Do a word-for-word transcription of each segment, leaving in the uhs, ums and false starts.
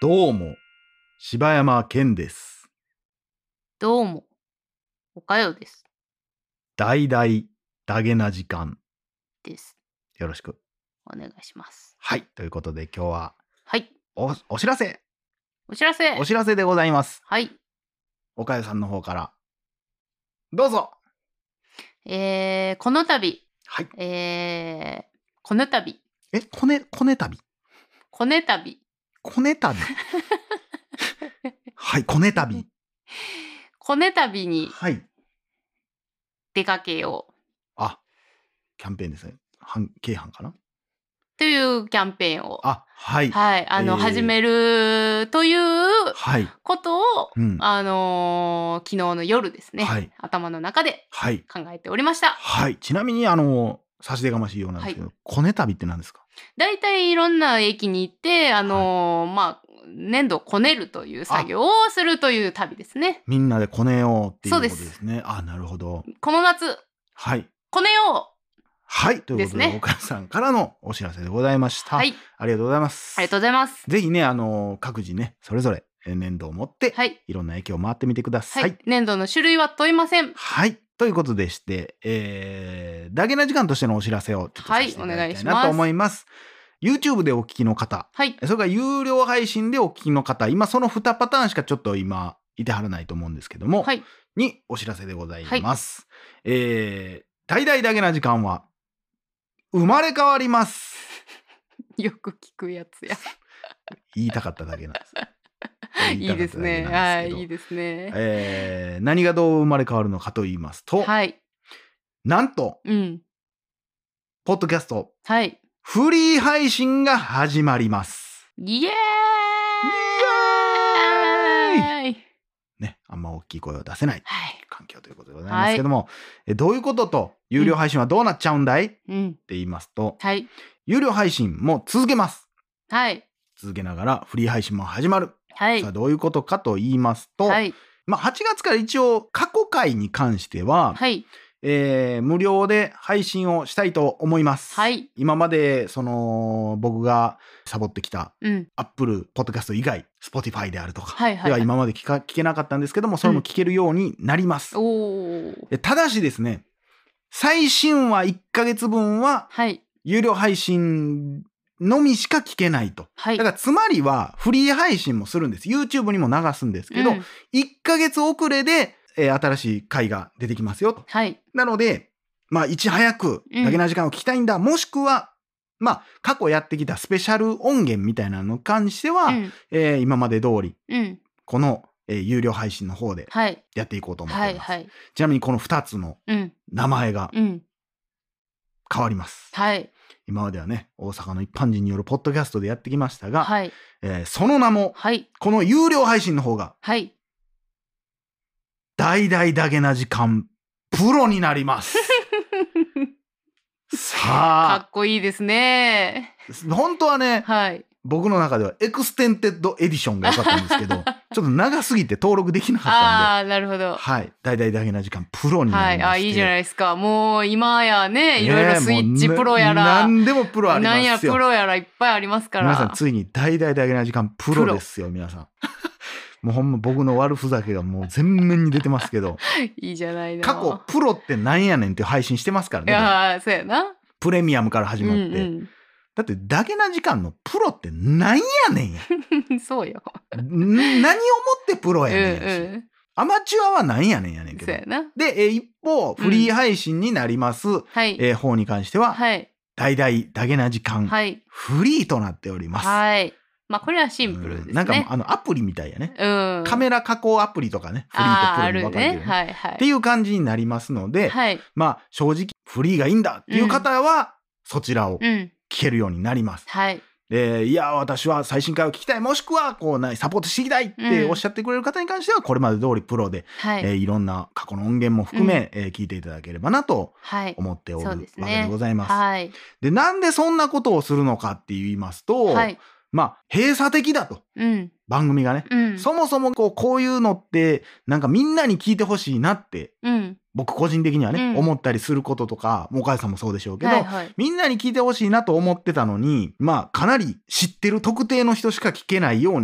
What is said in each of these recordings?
どうも、柴山健です。 どうも、おかよです。 大々ダゲな時間です。 よろしくお願いします。 はい、ということで今日ははいお、お知らせお知らせお知らせでございます。 はい。 おかよさんの方からどうぞ。 えー、この度、 はい。 えー、この度、 え、こね、こね旅こね旅、 こね旅はい、こね旅こね旅にはい。 出かけようあ、キャンペーンですね。半京阪かなというキャンペーンを、 あ、はい。 はい、あの、 えー始めるというはい。 ことを、 うんあのー昨日の夜ですね、 はい頭の中ではい。 考えておりました。 はい。ちなみに、あの、差し出がましいようなんですけど、こね旅って何ですか？ だいたいいろんな駅に行って、あのーまあ、粘土をこねるという作業をするという旅ですね。 みんなでこねようっていうことそうでですすね。あ、なるほど。 この夏、 はい。 こねよはい。ということで、 ですねお母さんからのお知らせでございましう。 た。 はい。 ありがとうございます。 ありがとうございます。 ぜひね、あの、各自ね、それぞれえー粘土を持って、 はい。 いろんな駅を回ってみてくださ。 はいい。粘土の種類は問いません。 はい。ということでして、えー、ダゲな時間としてのお知らせをちょっとさせていただきたいなと思います。YouTube でお聞きの方、 はい。 それから有料配信でお聞きの方、今そのにパターンしかちょっと今いてはらないと思うんですけども、 はい。 にお知らせでございます。えー、大々ダゲな時間は生まれ変わります。 よく聞くやつや。 言いたかっただけなんです。 いいですね。はい。いいですね。 えー、何がどう生まれ変わるのかと言いますと、 はい。 なんと、 うん。 ポッドキャスト、 はい。 フリー配信が始まります。 イエーイね、あんま大きい声を出せないはい。 環境ということでございますけども、えどういうことと、有料配信はどうなっちゃうんだい、ってうん。 言いますと、 はい。 有料配信も続けます。 はい。 続けながらフリー配信も始まる。 はいさあ、。どういうことかと言いますと、 はい。 まあ、はちがつから一応過去回に関しては、 はい。 えー無料で配信をしたいと思います。 はい今までその僕がサボってきたうん。 Apple Podcast 以外 Spotify であるとか、 はいはいはいでは今まで聞か聞けなかったんですけども、それも聞けるようになります。 おー。 でただしですね、最新話いっかげつぶんははい。 有料配信のみしか聞けないと。 はい。 だからつまりはフリー配信もするんです。YouTube にも流すんですけど、 うんいっかげつ遅れで、えー新しい回が出てきますよと。 はい。 なので、まあ、いち早く、 うんだけな時間を聞きたいんだ。もしくは、まあ、過去やってきたスペシャル音源みたいなのに関しては、 うん。 えー今まで通り、 うん。 この、えー有料配信の方ではい。 やっていこうと思っています。 はい。はい。 ちなみにこのふたつのうん。 名前がうん。 変わります。 はい。 今まではね、大阪の一般人によるポッドキャストでやってきましたが、 はい。 えーその名も、 はい。 この有料配信の方が、 はい。 大々だけな時間、プロになります。 かさっこいいですね。 あ、本当はね、 はい。 僕の中ではエクステンテッドエディションが良かったんですけど、ちょっと長すぎて登録できなかったんで、 ああ、なるほど。 はい、大々だけな時間、プロになはい。 りまして。 あ、いいじゃないですか。もう今やね、いろいろねえスイッチもうプロやら、 何でもプロありなんやますよ。 プロやらいっぱいありますから。 皆さん、ついに大々だけな時間、プロですよ、皆さん。もうほんま僕の悪ふざけがもう全面に出てますけど、 いいじゃないの。 過去、プロってなんやねんっていう配信してますからいね。 やー、そうやな。 プレミアムから始まって。 うんうんだって、だけな時間のプロってなんやねんや。 そうよ。 ん何をもってプロうんやねんやし。 うん。 アマチュアはなんやねんやねんけどそう。やな。 で、えー一方、フリー配信になります、 はい。 えー方に関しては、 はい。 大々だけな時間、 はい。 フリーとなっております。 はい。まあ、これはシンプルですね。 うんなんかもうあのアプリみたいやね。 うん。 カメラ加工アプリとかね、フリーあーあとプロにる分かれてるね。 ね。はいはい。 っていう感じになりますので、 はい。 まあ正直フリーがいいんだっていう方は、そちらをうん。 聞けるようになります。 はい。 で、いや、私は最新回を聞きたい、もしくはこうなサポートしていきたいっておっしゃってくれる方に関しては、これまで通りプロで、 はい。 えーいろんな過去の音源も含め、えー聞いていただければなとはい。 思っておるわそうですねけでございます。 はい。 で、なんでそんなことをするのかって言いますと、 はい。 まあ、閉鎖的だと、 うん。 番組がね。 うん。 そもそもこう、こういうのって、なんかみんなに聞いてほしいなって、 うん。 僕個人的にはね、 うん思ったりすることとか、もう岡谷さんもそうでしょうけど、 はいはい。 みんなに聞いてほしいなと思ってたのに、まあ、かなり知ってる特定の人しか聞けないように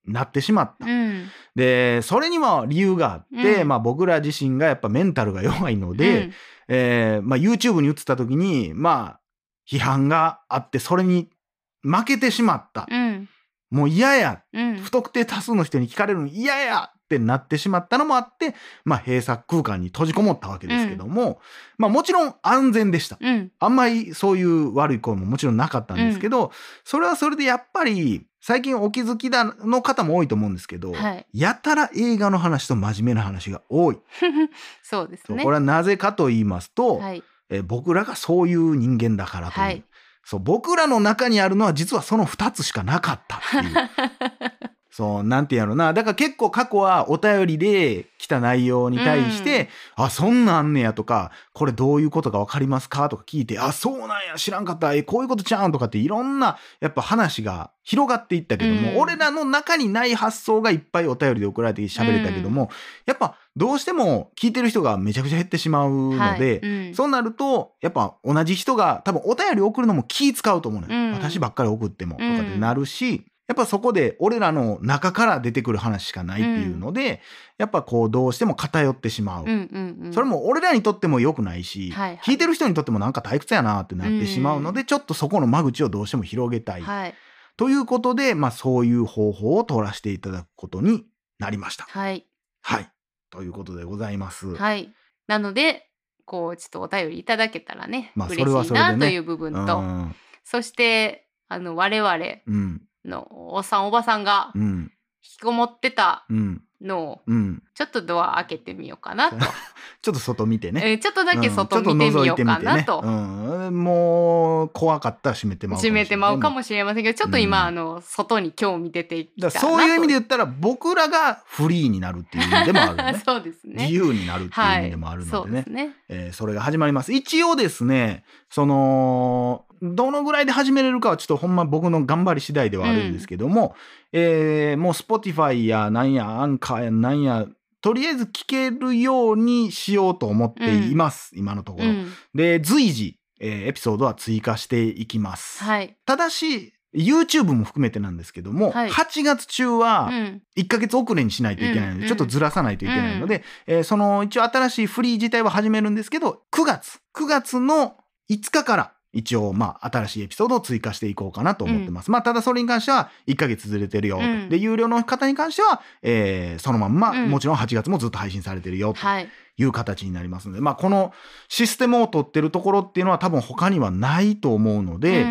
なってしまった。 うん、 で、それには理由があって、 うん、 まあ僕ら自身がやっぱメンタルが弱いので、 うん、 えーまあ YouTube に移った時に、まあ批判があって、それに負けてしまった。 うん、 もう嫌や。 うん、 不特定多数の人に聞かれるの嫌やってなってしまったのもあって、まあ閉鎖空間に閉じこもったわけですけども、うん、まあもちろん安全でした。 うん、 あんまりそういう悪い声ももちろんなかったんですけど、うん、それはそれでやっぱり最近お気づきだの方も多いと思うんですけど、はい、やたら映画の話と真面目な話が多い。 そうですね。 これはなぜかと言いますと、はい、え僕らがそういう人間だからという。はい、そう僕らの中にあるのは実はそのふたつしかなかったっていう。そうなんて言うのな。だから結構過去はお便りで来た内容に対して、うん、あそんなんあんねやとか、これどういうことか分かりますかとか聞いて、あそうなんや知らんかった、えこういうことちゃうんとかっていろんなやっぱ話が広がっていったけども、うん、俺らの中にない発想がいっぱいお便りで送られて喋れたけども、うん、やっぱどうしても聞いてる人がめちゃくちゃ減ってしまうので、はいうん、そうなるとやっぱ同じ人が多分お便り送るのも気使うと思うのよ、うん、私ばっかり送ってもとかってなるし、やっぱそこで俺らの中から出てくる話しかないっていうので、うん、やっぱこうどうしても偏ってしまう、うんうんうん、それも俺らにとっても良くないし、はいはい、聞いてる人にとってもなんか退屈やなってなってしまうので、うん、ちょっとそこの間口をどうしても広げたい、はい、ということで、まあ、そういう方法を取らせていただくことになりました。 はい、 はい、ということでございます。 はい、なのでこうちょっとお便りいただけたらね、まあ、嬉しいなという部分と、うん、そしてあの我々、うんのおっさんおばさんが引きこもってたのをちょっとドア開けてみようかなと、うん、 ちょっと外見てね、 えー、ちょっとだけ外見てみようかなと、 うんうん、もう怖かったら閉めてまうかもしれない、 閉めてまうかもしれませんけど、ちょっと今、うん、あの外に興味出てきたなと。 そういう意味で言ったら僕らがフリーになるっていう意味でもあるねそうですね、 自由になるっていう意味でもあるのでね、はい、そうですね、えー、それが始まります。一応ですね、そのどのぐらいで始めれるかはちょっとほんま僕の頑張り次第ではあるんですけども、うん、えー、もう Spotify やなんやアンカーやなんやとりあえず聞けるようにしようと思っています、うん、今のところ、うん、で随時、えー、エピソードは追加していきます、はい、ただし YouTube も含めてなんですけども、はい、はちがつ中はいっかげつ遅れにしないといけないので、うん、ちょっとずらさないといけないので、うん、えー、その一応新しいフリー自体は始めるんですけど、くがつくがつのいつかから一応まあ新しいエピソードを追加していこうかなと思ってます、うん、まあただそれに関してはいっかげつずれてるよと、うん、で有料の方に関しては、えー、そのまんま、うん、もちろんはちがつもずっと配信されてるよという形になりますので、はい、まあこのシステムを取ってるところっていうのは多分他にはないと思うので、うん、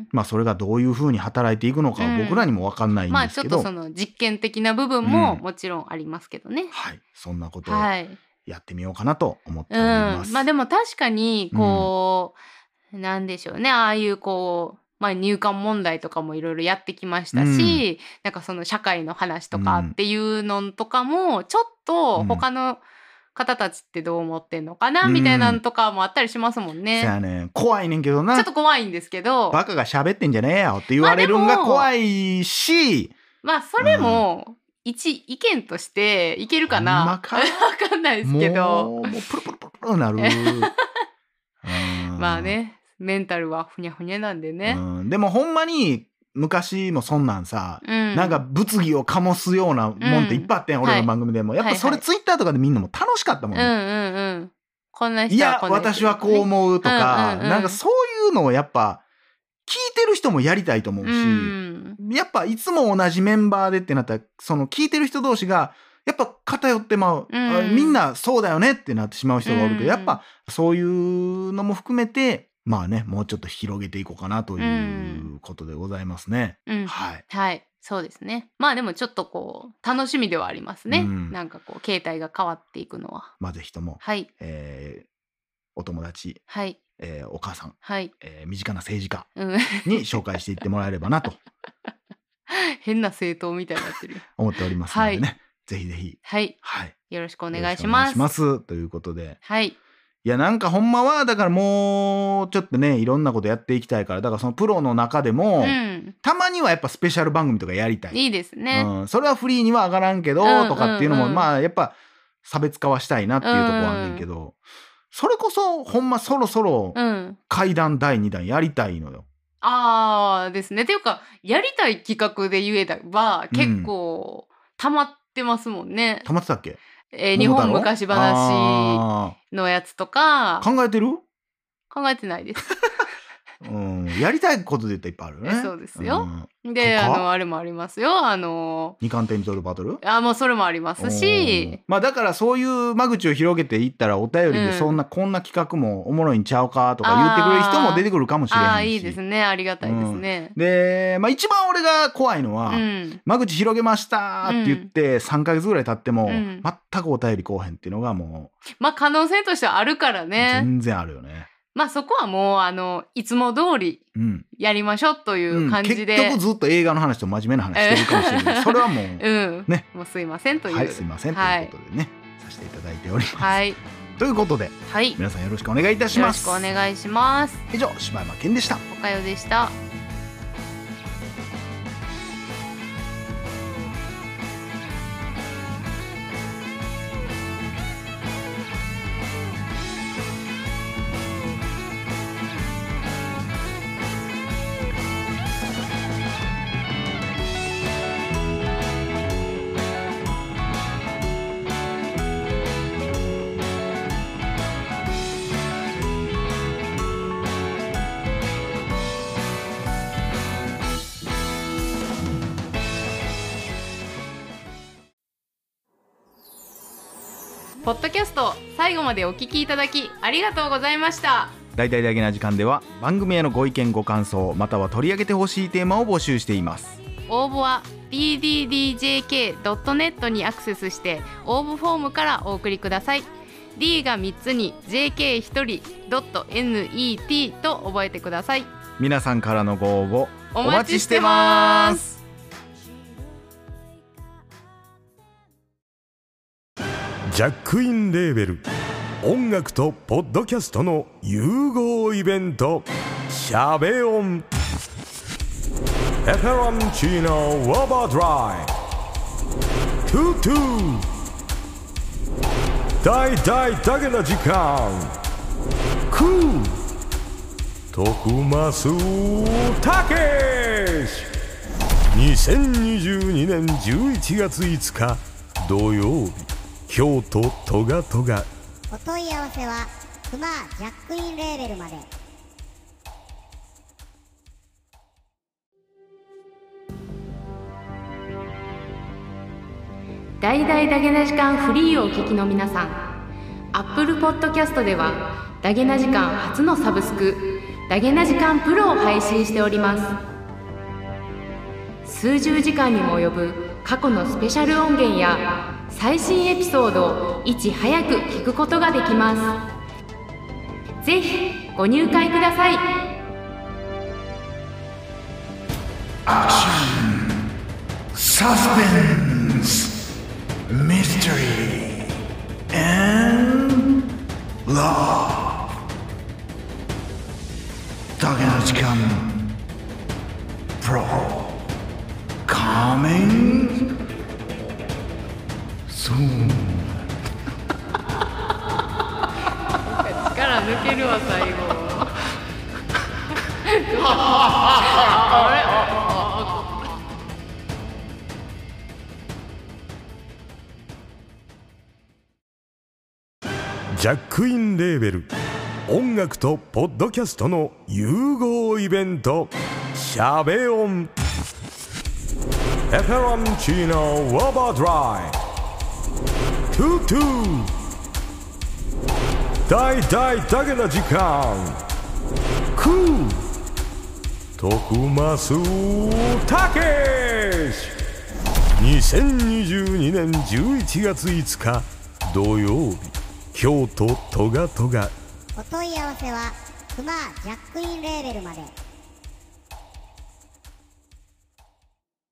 まあそれがどういうふうに働いていくのかは僕らにも分かんないんですけど、 うん、まあちょっとその実験的な部分ももちろんありますけどね、 うん、はい、そんなことをやってみようかなと思っております、 うん、まあでも確かにこう、うんなんでしょうね、ああいうこう、まあ、入管問題とかもいろいろやってきましたし、うん、なんかその社会の話とかっていうのとかもちょっと他の方たちってどう思ってんのかな、うん、みたいなのとかもあったりしますもんね。 そうやね、怖いねんけどな。 ちょっと怖いんですけど、 バカが喋ってんじゃねえよって言われるんが怖いし、 まあ、まあそれも一意見としていけるかな、 かわかんないですけど、 もうもうプルプルプルプルなるまあね、メンタルはふにゃふにゃなんでね、 うん、でもほんまに昔もそんなんさ、うん、なんか物議を醸すようなもんっていっぱいあってん、うん、俺の番組でも、はい、やっぱそれツイッターとかで見んのも楽しかったもんね、 うんうんうん、こんな人はこんな人、ね、 いや私はこう思うとか、うんうんうん、なんかそういうのをやっぱ聞いてる人もやりたいと思うし、うん、やっぱいつも同じメンバーでってなったらその聞いてる人同士がやっぱ偏ってまう、うん、みんなそうだよねってなってしまう人がおるけど、うん、やっぱそういうのも含めてまあね、もうちょっと広げていこうかなということでございますね、 うん、 はい、 はい、そうですね。まあでもちょっとこう楽しみではありますね、うん、なんかこう形態が変わっていくのは、 まあぜひとも、 はい、 えー、お友達、 はい、 えー、お母さん、 はい、 えー、身近な政治家に紹介していってもらえればなと変な政党みたいになってる思っておりますのでね、はい、ぜひぜひ、 はい、 はい、 よろしくお願いします。 よろしくお願いしますということで、 はい、 いやなんかほんまはだからもうちょっとねいろんなことやっていきたいから、だからそのプロの中でも、うん、たまにはやっぱスペシャル番組とかやりたい。 いいですね、 うん、それはフリーには上がらんけど、うん、とかっていうのもまあやっぱ差別化はしたいなっていうところはあんねんけど、うん、それこそほんまそろそろ怪談だいにだんやりたいのよ。 ああですね。っていうかやりたい企画で言えば結構溜まってますもんね。 溜まってたっけ？ えー、日本昔話のやつとか。 考えてる？ 考えてないです。 うん、やりたいことで言ったらいっぱいあるよね。 そうですよ。うん、で、あのあれもありますよ。あの二冠手に取るバトル？ あ、もうそれもありますし、 まあだからそういう間口を広げていったらお便りでそんな、うん、こんな企画もおもろいんちゃうかとか言ってくれる人も出てくるかもしれないし。ああ、 いいですね。ありがたいですね。 うん、で、まあ一番俺が怖いのは、うん、間口広げましたって言ってさんかげつぐらい経っても、うん、全くお便り来おへんっていうのがもう。まあ可能性としてはあるからね。 全然あるよね。 まあそこはもうあのいつも通りやりましょうという感じで、 うん、結局ずっと映画の話と真面目な話してるかもしれない、えー、それはもう、うん、ね、 もうすいませんという、 はい、すいませんということでね、はい、させていただいております、 はい、 ということで、はい、皆さんよろしくお願いいたします。 よろしくお願いします。 以上、柴山健でした。 おかよでした。ポッドキャスト最後までお聞きいただきありがとうございました。 大々だけな時間では番組へのご意見ご感想または取り上げてほしいテーマを募集しています。 応募は ディーディーディージェーケードットネット にアクセスして応募フォームからお送りください。 D がみっつに ジェーケーひとり ネット と覚えてください。 皆さんからのご応募お待ちしてます。 ジャックインレーベル音楽とポッドキャストの融合イベントシャベオンペペロンチーノウォーバードライトゥトゥ大大だけな時間クー徳増たけしにせんにじゅうにねんじゅういちがついつか土曜日京都トガトガ。 お問い合わせはクマジャックインレーベルまで。 大々だけな時間フリーをお聞きの皆さん、Apple Podcast ではだけな時間初のサブスクだけな時間プロを配信しております。数十時間にも及ぶ過去のスペシャル音源や最新エピソードをいち早く聞くことができます。ぜひご入会ください。 アクション、サスペンス、ミステリー、and love。だけの時間プロ coming soon。 力抜けるわ最後。あれ？ ジャックインレーベル音楽とポッドキャストの融合イベントシャベオンペペロンチーノウォーバードライトゥトゥ大大だけな時間クー徳増たけしにせんにじゅうにねんじゅういちがついつか土曜日京都トガトガ。 お問い合わせはクマジャックインレーベルまで。